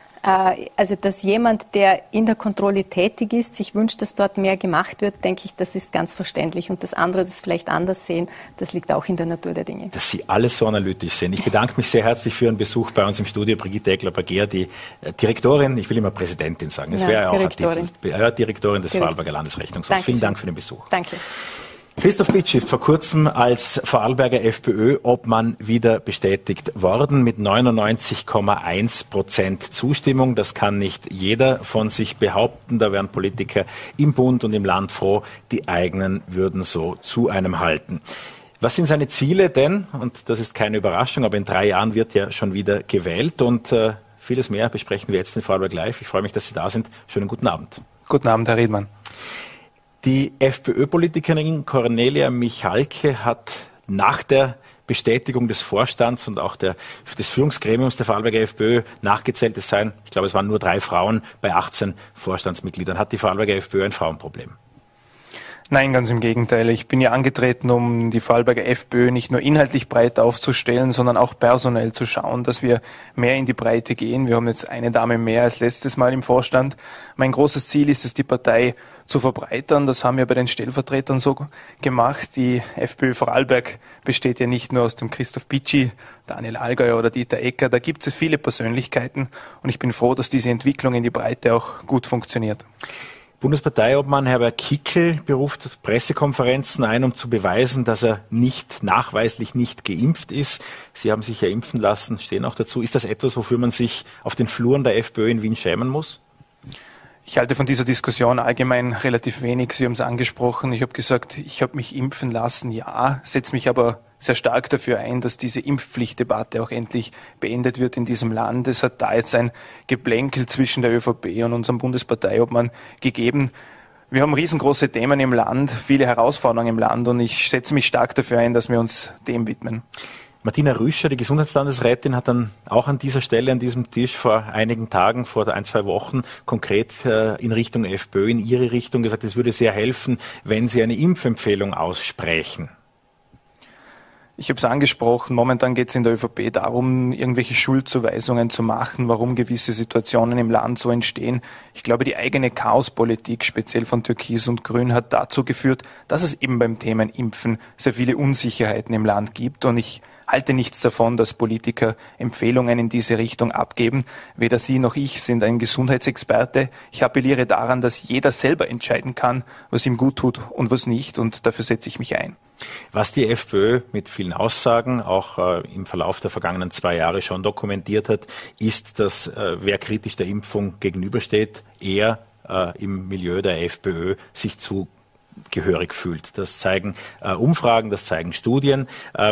Also, dass jemand, der in der Kontrolle tätig ist, sich wünscht, dass dort mehr gemacht wird, denke ich, das ist ganz verständlich. Und das andere, das vielleicht anders sehen, das liegt auch in der Natur der Dinge. Dass Sie alles so analytisch sehen. Ich bedanke mich sehr herzlich für Ihren Besuch bei uns im Studio. Brigitte Eckler-Bager, die Direktorin, ich will immer Präsidentin sagen, es wäre ja auch Direktorin des Vorarlberger Landesrechnungshofs. Vielen Dank für den Besuch. Danke. Christoph Bitsch ist vor kurzem als Vorarlberger FPÖ-Obmann wieder bestätigt worden mit 99,1% Zustimmung. Das kann nicht jeder von sich behaupten. Da wären Politiker im Bund und im Land froh, die eigenen würden so zu einem halten. Was sind seine Ziele denn? Und das ist keine Überraschung, aber in 3 Jahren wird ja schon wieder gewählt und vieles mehr besprechen wir jetzt in Vorarlberg Live. Ich freue mich, dass Sie da sind. Schönen guten Abend. Guten Abend, Herr Riedmann. Die FPÖ-Politikerin Cornelia Michalke hat nach der Bestätigung des Vorstands und auch des Führungsgremiums der Vorarlberger FPÖ nachgezählt, es waren nur 3 Frauen bei 18 Vorstandsmitgliedern. Hat die Vorarlberger FPÖ ein Frauenproblem? Nein, ganz im Gegenteil. Ich bin ja angetreten, um die Vorarlberger FPÖ nicht nur inhaltlich breit aufzustellen, sondern auch personell zu schauen, dass wir mehr in die Breite gehen. Wir haben jetzt eine Dame mehr als letztes Mal im Vorstand. Mein großes Ziel ist es, die Partei zu verbreitern. Das haben wir bei den Stellvertretern so gemacht. Die FPÖ Vorarlberg besteht ja nicht nur aus dem Christoph Bitschi, Daniel Allgäuer oder Dieter Ecker. Da gibt es viele Persönlichkeiten und ich bin froh, dass diese Entwicklung in die Breite auch gut funktioniert. Bundesparteiobmann Herbert Kickl beruft Pressekonferenzen ein, um zu beweisen, dass er nachweislich nicht geimpft ist. Sie haben sich ja impfen lassen, stehen auch dazu. Ist das etwas, wofür man sich auf den Fluren der FPÖ in Wien schämen muss? Ich halte von dieser Diskussion allgemein relativ wenig. Sie haben es angesprochen. Ich habe gesagt, ich habe mich impfen lassen, ja, setze mich aber sehr stark dafür ein, dass diese Impfpflichtdebatte auch endlich beendet wird in diesem Land. Es hat da jetzt ein Geplänkel zwischen der ÖVP und unserem Bundesparteiobmann gegeben. Wir haben riesengroße Themen im Land, viele Herausforderungen im Land und ich setze mich stark dafür ein, dass wir uns dem widmen. Martina Rüscher, die Gesundheitslandesrätin, hat dann auch an dieser Stelle, an diesem Tisch vor einigen Tagen, vor 1-2 Wochen, konkret in Richtung FPÖ, in ihre Richtung gesagt, es würde sehr helfen, wenn sie eine Impfempfehlung aussprechen. Ich habe es angesprochen, momentan geht es in der ÖVP darum, irgendwelche Schuldzuweisungen zu machen, warum gewisse Situationen im Land so entstehen. Ich glaube, die eigene Chaospolitik, speziell von Türkis und Grün, hat dazu geführt, dass es eben beim Thema Impfen sehr viele Unsicherheiten im Land gibt. Und ich halte nichts davon, dass Politiker Empfehlungen in diese Richtung abgeben. Weder Sie noch ich sind ein Gesundheitsexperte. Ich appelliere daran, dass jeder selber entscheiden kann, was ihm gut tut und was nicht. Und dafür setze ich mich ein. Was die FPÖ mit vielen Aussagen auch im Verlauf der vergangenen 2 Jahre schon dokumentiert hat, ist, dass wer kritisch der Impfung gegenübersteht, eher im Milieu der FPÖ sich zugehörig fühlt. Das zeigen Umfragen, das zeigen Studien.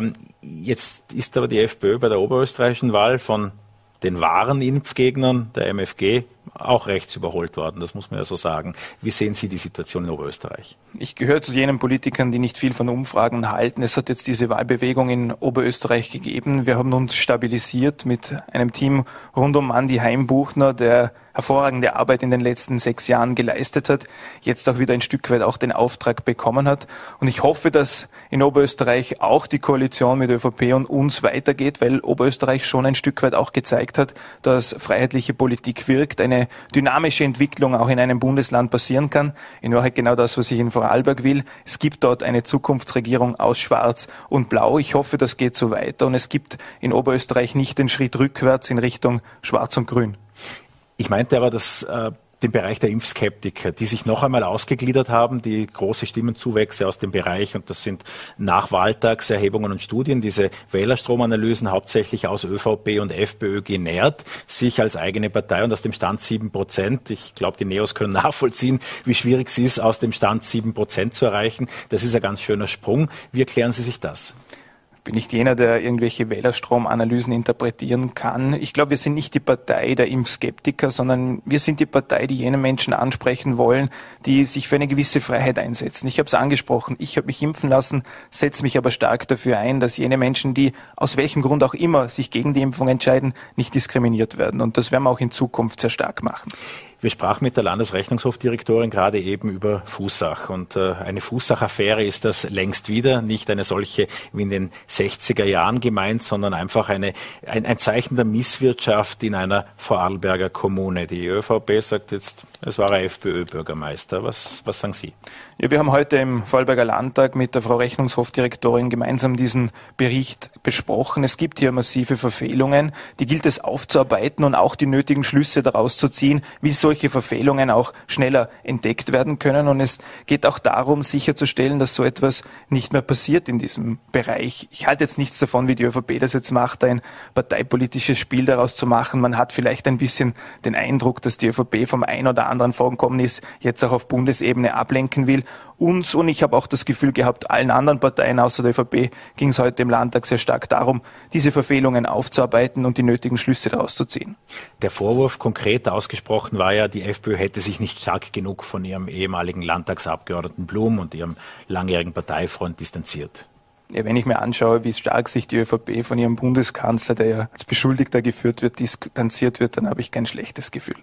Jetzt ist aber die FPÖ bei der oberösterreichischen Wahl von den wahren Impfgegnern der MFG auch rechts überholt worden. Das muss man ja so sagen. Wie sehen Sie die Situation in Oberösterreich? Ich gehöre zu jenen Politikern, die nicht viel von Umfragen halten. Es hat jetzt diese Wahlbewegung in Oberösterreich gegeben. Wir haben uns stabilisiert mit einem Team rund um Andi Heimbuchner, der hervorragende Arbeit in den letzten 6 Jahren geleistet hat, jetzt auch wieder ein Stück weit auch den Auftrag bekommen hat. Und ich hoffe, dass in Oberösterreich auch die Koalition mit ÖVP und uns weitergeht, weil Oberösterreich schon ein Stück weit auch gezeigt hat, dass freiheitliche Politik wirkt, eine dynamische Entwicklung auch in einem Bundesland passieren kann. In Wahrheit genau das, was ich in Vorarlberg will. Es gibt dort eine Zukunftsregierung aus Schwarz und Blau. Ich hoffe, das geht so weiter und es gibt in Oberösterreich nicht den Schritt rückwärts in Richtung Schwarz und Grün. Ich meinte aber, dass den Bereich der Impfskeptiker, die sich noch einmal ausgegliedert haben, die große Stimmenzuwächse aus dem Bereich, und das sind nach Wahltagserhebungen und Studien, diese Wählerstromanalysen hauptsächlich aus ÖVP und FPÖ genährt, sich als eigene Partei und aus dem Stand 7%. Ich glaube, die Neos können nachvollziehen, wie schwierig es ist, aus dem Stand 7% zu erreichen. Das ist ein ganz schöner Sprung. Wie erklären Sie sich das? Bin nicht jener, der irgendwelche Wählerstromanalysen interpretieren kann. Ich glaube, wir sind nicht die Partei der Impfskeptiker, sondern wir sind die Partei, die jene Menschen ansprechen wollen, die sich für eine gewisse Freiheit einsetzen. Ich habe es angesprochen, ich habe mich impfen lassen, setze mich aber stark dafür ein, dass jene Menschen, die aus welchem Grund auch immer sich gegen die Impfung entscheiden, nicht diskriminiert werden. Und das werden wir auch in Zukunft sehr stark machen. Wir sprachen mit der Landesrechnungshofdirektorin gerade eben über Fußach. Und eine Fußach-Affäre ist das längst wieder. Nicht eine solche wie in den 60er Jahren gemeint, sondern einfach ein Zeichen der Misswirtschaft in einer Vorarlberger Kommune. Die ÖVP sagt jetzt, es war ein FPÖ-Bürgermeister. Was sagen Sie? Ja, wir haben heute im Vorarlberger Landtag mit der Frau Rechnungshofdirektorin gemeinsam diesen Bericht besprochen. Es gibt hier massive Verfehlungen. Die gilt es aufzuarbeiten und auch die nötigen Schlüsse daraus zu ziehen, wie solche Verfehlungen auch schneller entdeckt werden können. Und es geht auch darum, sicherzustellen, dass so etwas nicht mehr passiert in diesem Bereich. Ich halte jetzt nichts davon, wie die ÖVP das jetzt macht, ein parteipolitisches Spiel daraus zu machen. Man hat vielleicht ein bisschen den Eindruck, dass die ÖVP vom ein oder anderen Vorkommnis jetzt auch auf Bundesebene ablenken will. Uns, und ich habe auch das Gefühl gehabt, allen anderen Parteien außer der ÖVP ging es heute im Landtag sehr stark darum, diese Verfehlungen aufzuarbeiten und die nötigen Schlüsse daraus zu ziehen. Der Vorwurf konkret ausgesprochen war ja, die FPÖ hätte sich nicht stark genug von ihrem ehemaligen Landtagsabgeordneten Blum und ihrem langjährigen Parteifreund distanziert. Ja, wenn ich mir anschaue, wie stark sich die ÖVP von ihrem Bundeskanzler, der ja als Beschuldigter geführt wird, distanziert wird, dann habe ich kein schlechtes Gefühl.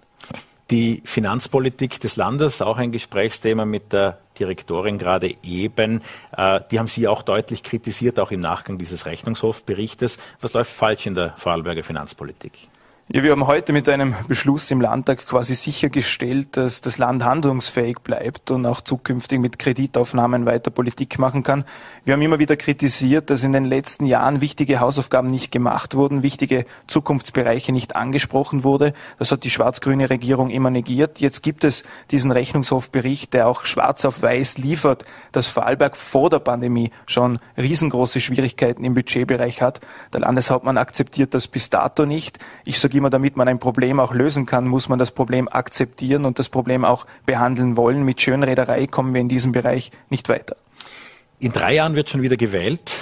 Die Finanzpolitik des Landes, auch ein Gesprächsthema mit der Direktorin gerade eben, die haben Sie auch deutlich kritisiert, auch im Nachgang dieses Rechnungshofberichtes. Was läuft falsch in der Vorarlberger Finanzpolitik? Ja, wir haben heute mit einem Beschluss im Landtag quasi sichergestellt, dass das Land handlungsfähig bleibt und auch zukünftig mit Kreditaufnahmen weiter Politik machen kann. Wir haben immer wieder kritisiert, dass in den letzten Jahren wichtige Hausaufgaben nicht gemacht wurden, wichtige Zukunftsbereiche nicht angesprochen wurde. Das hat die schwarz-grüne Regierung immer negiert. Jetzt gibt es diesen Rechnungshofbericht, der auch schwarz auf weiß liefert, dass Vorarlberg vor der Pandemie schon riesengroße Schwierigkeiten im Budgetbereich hat. Der Landeshauptmann akzeptiert das bis dato nicht. Ich sage damit man ein Problem auch lösen kann, muss man das Problem akzeptieren und das Problem auch behandeln wollen. Mit Schönrederei kommen wir in diesem Bereich nicht weiter. In 3 Jahren wird schon wieder gewählt.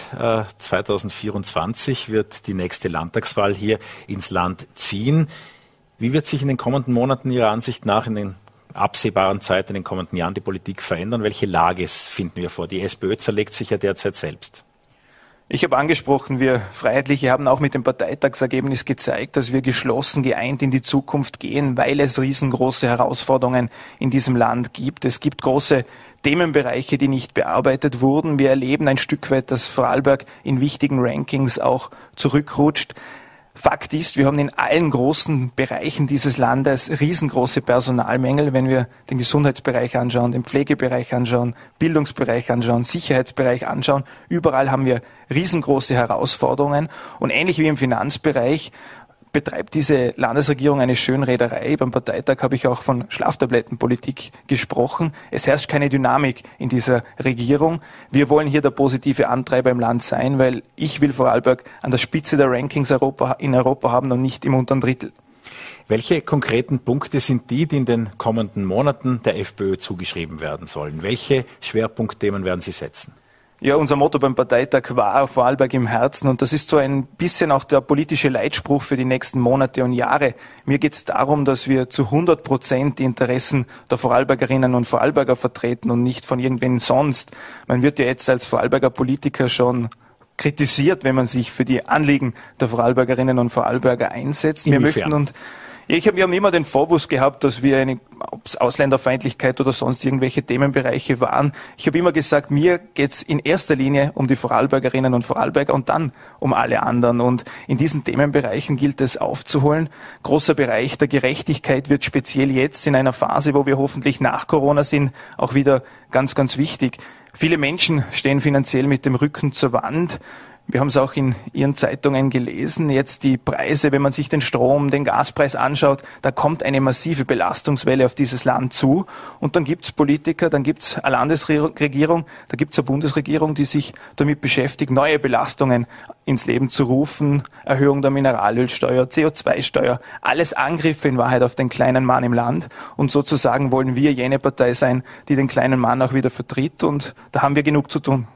2024 wird die nächste Landtagswahl hier ins Land ziehen. Wie wird sich in den kommenden Monaten Ihrer Ansicht nach in den absehbaren Zeit in den kommenden Jahren die Politik verändern? Welche Lage finden wir vor? Die SPÖ zerlegt sich ja derzeit selbst. Ich habe angesprochen, wir Freiheitliche haben auch mit dem Parteitagsergebnis gezeigt, dass wir geschlossen, geeint in die Zukunft gehen, weil es riesengroße Herausforderungen in diesem Land gibt. Es gibt große Themenbereiche, die nicht bearbeitet wurden. Wir erleben ein Stück weit, dass Vorarlberg in wichtigen Rankings auch zurückrutscht. Fakt ist, wir haben in allen großen Bereichen dieses Landes riesengroße Personalmängel, wenn wir den Gesundheitsbereich anschauen, den Pflegebereich anschauen, Bildungsbereich anschauen, Sicherheitsbereich anschauen. Überall haben wir riesengroße Herausforderungen und ähnlich wie im Finanzbereich betreibt diese Landesregierung eine Schönrederei. Beim Parteitag habe ich auch von Schlaftablettenpolitik gesprochen. Es herrscht keine Dynamik in dieser Regierung. Wir wollen hier der positive Antreiber im Land sein, weil ich will Vorarlberg an der Spitze der Rankings in Europa haben und nicht im unteren Drittel. Welche konkreten Punkte sind die in den kommenden Monaten der FPÖ zugeschrieben werden sollen? Welche Schwerpunktthemen werden Sie setzen? Ja, unser Motto beim Parteitag war Vorarlberg im Herzen und das ist so ein bisschen auch der politische Leitspruch für die nächsten Monate und Jahre. Mir geht es darum, dass wir zu 100% die Interessen der Vorarlbergerinnen und Vorarlberger vertreten und nicht von irgendwen sonst. Man wird ja jetzt als Vorarlberger Politiker schon kritisiert, wenn man sich für die Anliegen der Vorarlbergerinnen und Vorarlberger einsetzt. Wir möchten wir haben immer den Vorwurf gehabt, dass wir ob es Ausländerfeindlichkeit oder sonst irgendwelche Themenbereiche waren. Ich habe immer gesagt, mir geht's in erster Linie um die Vorarlbergerinnen und Vorarlberger und dann um alle anderen. Und in diesen Themenbereichen gilt es aufzuholen. Großer Bereich der Gerechtigkeit wird speziell jetzt in einer Phase, wo wir hoffentlich nach Corona sind, auch wieder ganz, ganz wichtig. Viele Menschen stehen finanziell mit dem Rücken zur Wand. Wir haben es auch in Ihren Zeitungen gelesen. Jetzt die Preise, wenn man sich den Strom, den Gaspreis anschaut, da kommt eine massive Belastungswelle auf dieses Land zu. Und dann gibt es Politiker, dann gibt es eine Landesregierung, da gibt es eine Bundesregierung, die sich damit beschäftigt, neue Belastungen ins Leben zu rufen. Erhöhung der Mineralölsteuer, CO2-Steuer, alles Angriffe in Wahrheit auf den kleinen Mann im Land. Und sozusagen wollen wir jene Partei sein, die den kleinen Mann auch wieder vertritt. Und da haben wir genug zu tun.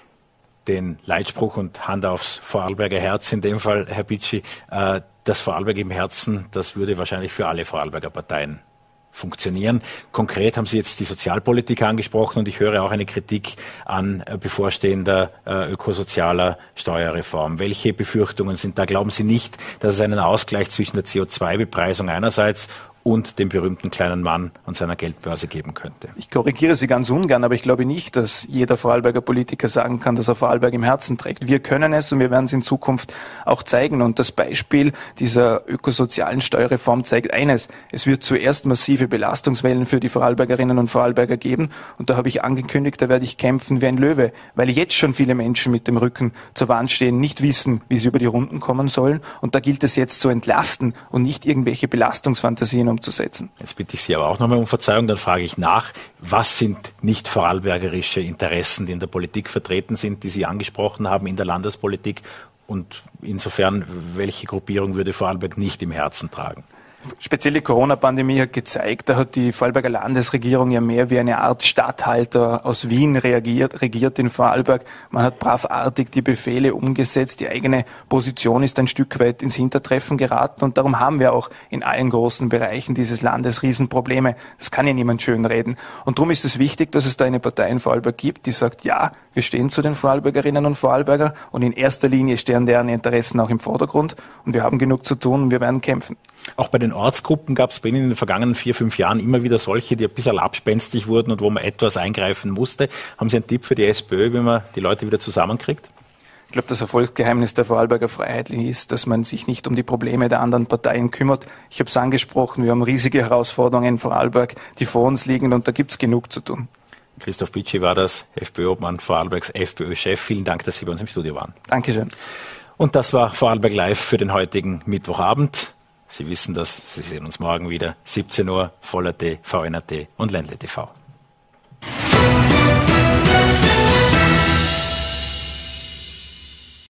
Den Leitspruch und Hand aufs Vorarlberger Herz in dem Fall, Herr Bitschi, das Vorarlberg im Herzen, das würde wahrscheinlich für alle Vorarlberger Parteien funktionieren. Konkret haben Sie jetzt die Sozialpolitik angesprochen und ich höre auch eine Kritik an bevorstehender ökosozialer Steuerreform. Welche Befürchtungen sind da? Glauben Sie nicht, dass es einen Ausgleich zwischen der CO2-Bepreisung einerseits und dem berühmten kleinen Mann und seiner Geldbörse geben könnte? Ich korrigiere Sie ganz ungern, aber ich glaube nicht, dass jeder Vorarlberger Politiker sagen kann, dass er Vorarlberg im Herzen trägt. Wir können es und wir werden es in Zukunft auch zeigen. Und das Beispiel dieser ökosozialen Steuerreform zeigt eines. Es wird zuerst massive Belastungswellen für die Vorarlbergerinnen und Vorarlberger geben. Und da habe ich angekündigt, da werde ich kämpfen wie ein Löwe, weil jetzt schon viele Menschen mit dem Rücken zur Wand stehen, nicht wissen, wie sie über die Runden kommen sollen. Und da gilt es jetzt zu entlasten und nicht irgendwelche Belastungsfantasien umzusetzen. Jetzt bitte ich Sie aber auch nochmal um Verzeihung, dann frage ich nach, was sind nicht vorarlbergerische Interessen, die in der Politik vertreten sind, die Sie angesprochen haben in der Landespolitik und insofern, welche Gruppierung würde Vorarlberg nicht im Herzen tragen? Speziell die Corona-Pandemie hat gezeigt, da hat die Vorarlberger Landesregierung ja mehr wie eine Art Statthalter aus Wien regiert in Vorarlberg. Man hat bravartig die Befehle umgesetzt, die eigene Position ist ein Stück weit ins Hintertreffen geraten und darum haben wir auch in allen großen Bereichen dieses Landes Riesenprobleme. Das kann ja niemand schönreden. Und darum ist es wichtig, dass es da eine Partei in Vorarlberg gibt, die sagt, ja, wir stehen zu den Vorarlbergerinnen und Vorarlberger und in erster Linie stehen deren Interessen auch im Vordergrund und wir haben genug zu tun und wir werden kämpfen. Auch bei den Ortsgruppen gab es bei Ihnen in den vergangenen 4-5 Jahren immer wieder solche, die ein bisschen abspenstig wurden und wo man etwas eingreifen musste. Haben Sie einen Tipp für die SPÖ, wie man die Leute wieder zusammenkriegt? Ich glaube, das Erfolgsgeheimnis der Vorarlberger Freiheitlichen ist, dass man sich nicht um die Probleme der anderen Parteien kümmert. Ich habe es angesprochen, wir haben riesige Herausforderungen in Vorarlberg, die vor uns liegen und da gibt es genug zu tun. Christoph Bitschi war das, FPÖ-Obmann, Vorarlbergs FPÖ-Chef. Vielen Dank, dass Sie bei uns im Studio waren. Dankeschön. Und das war Vorarlberg Live für den heutigen Mittwochabend. Sie wissen das, Sie sehen uns morgen wieder, 17 Uhr, Voll.at, VN.at und Ländle TV.